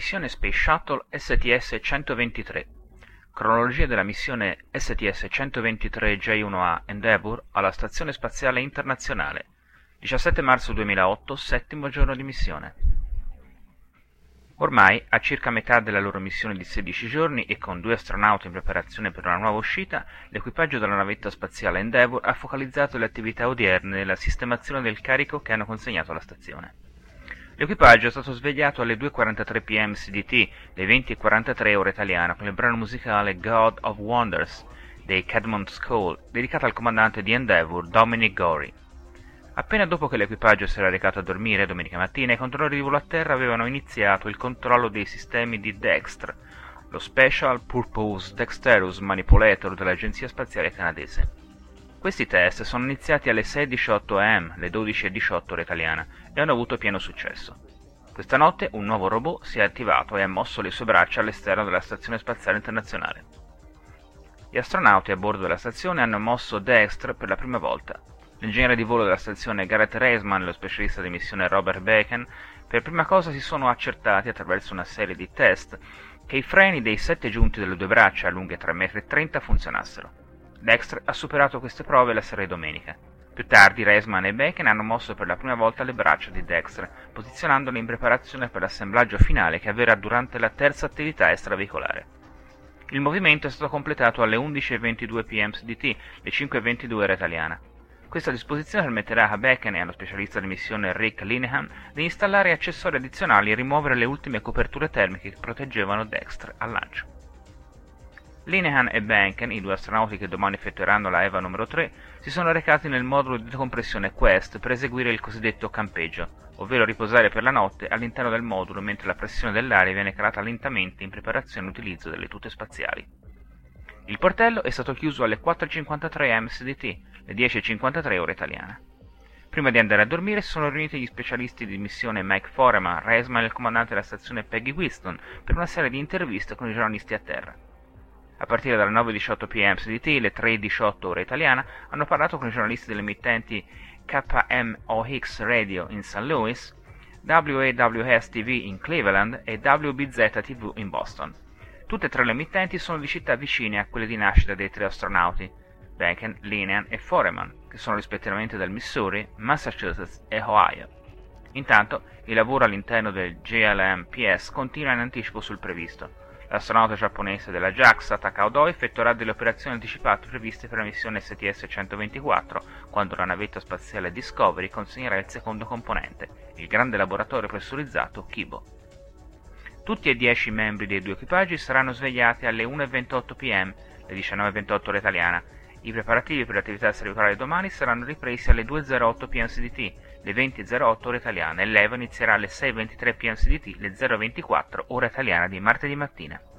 Missione Space Shuttle STS-123. Cronologia della missione STS-123J1A Endeavour alla Stazione Spaziale Internazionale. 17 marzo 2008, settimo giorno di missione. Ormai, a circa metà della loro missione di 16 giorni e con 2 astronauti in preparazione per una nuova uscita, l'equipaggio della navetta spaziale Endeavour ha focalizzato le attività odierne nella sistemazione del carico che hanno consegnato alla stazione. L'equipaggio è stato svegliato alle 2:43 p.m. CDT, le 20:43 ora italiana, con il brano musicale God of Wonders dei Cadmont School, dedicato al comandante di Endeavour, Dominic Gorey. Appena dopo che l'equipaggio si era recato a dormire domenica mattina, i controllori di volo a terra avevano iniziato il controllo dei sistemi di DEXTR, lo Special Purpose Dexterous Manipulator dell'Agenzia Spaziale Canadese. Questi test sono iniziati alle 6:18 am, le 12:18 ora italiana, e hanno avuto pieno successo. Questa notte un nuovo robot si è attivato e ha mosso le sue braccia all'esterno della Stazione Spaziale Internazionale. Gli astronauti a bordo della stazione hanno mosso DEXTR per la prima volta. L'ingegnere di volo della stazione Gareth Reisman e lo specialista di missione Robert Bacon per prima cosa si sono accertati attraverso una serie di test che i freni dei 7 giunti delle 2 braccia lunghe 3,30 m funzionassero. DEXTR ha superato queste prove la sera di domenica. Più tardi Reisman e Bacon hanno mosso per la prima volta le braccia di DEXTR, posizionandole in preparazione per l'assemblaggio finale che avverrà durante la terza attività extraveicolare. Il movimento è stato completato alle 11:22 p.m. CDT, le 5:22 ora italiana. Questa disposizione permetterà a Bacon e allo specialista di missione Rick Linehan di installare accessori addizionali e rimuovere le ultime coperture termiche che proteggevano DEXTR al lancio. Linehan e Bacon, i 2 astronauti che domani effettueranno la EVA numero 3, si sono recati nel modulo di decompressione Quest per eseguire il cosiddetto campeggio, ovvero riposare per la notte all'interno del modulo mentre la pressione dell'aria viene calata lentamente in preparazione all'utilizzo delle tute spaziali. Il portello è stato chiuso alle 4:53 am CDT, le 10:53 ora italiana. Prima di andare a dormire si sono riuniti gli specialisti di missione Mike Foreman, Reisman e il comandante della stazione Peggy Whiston per una serie di interviste con i giornalisti a terra. A partire dalle 9:18 p.m. CDT, le 3:18 ora italiana, hanno parlato con i giornalisti delle emittenti KMOX Radio in St. Louis, WAWS TV in Cleveland e WBZ TV in Boston. Tutte e 3 le emittenti sono di città vicine a quelle di nascita dei 3 astronauti, Bacon, Linehan e Foreman, che sono rispettivamente del Missouri, Massachusetts e Ohio. Intanto, il lavoro all'interno del JLM-PS continua in anticipo sul previsto. L'astronauta giapponese della JAXA, Takao Doi, effettuerà delle operazioni anticipate previste per la missione STS-124, quando la navetta spaziale Discovery consegnerà il secondo componente, il grande laboratorio pressurizzato Kibo. Tutti e 10 i membri dei 2 equipaggi saranno svegliati alle 1:28 p.m., le 19:28 ora italiana. I preparativi per l'attività extraveicolare domani saranno ripresi alle 2:08 p.m. CDT, le 20:08 ora italiana, e l'EVA inizierà alle 6:23 p.m. CDT, le 0:24 ora italiana di martedì mattina.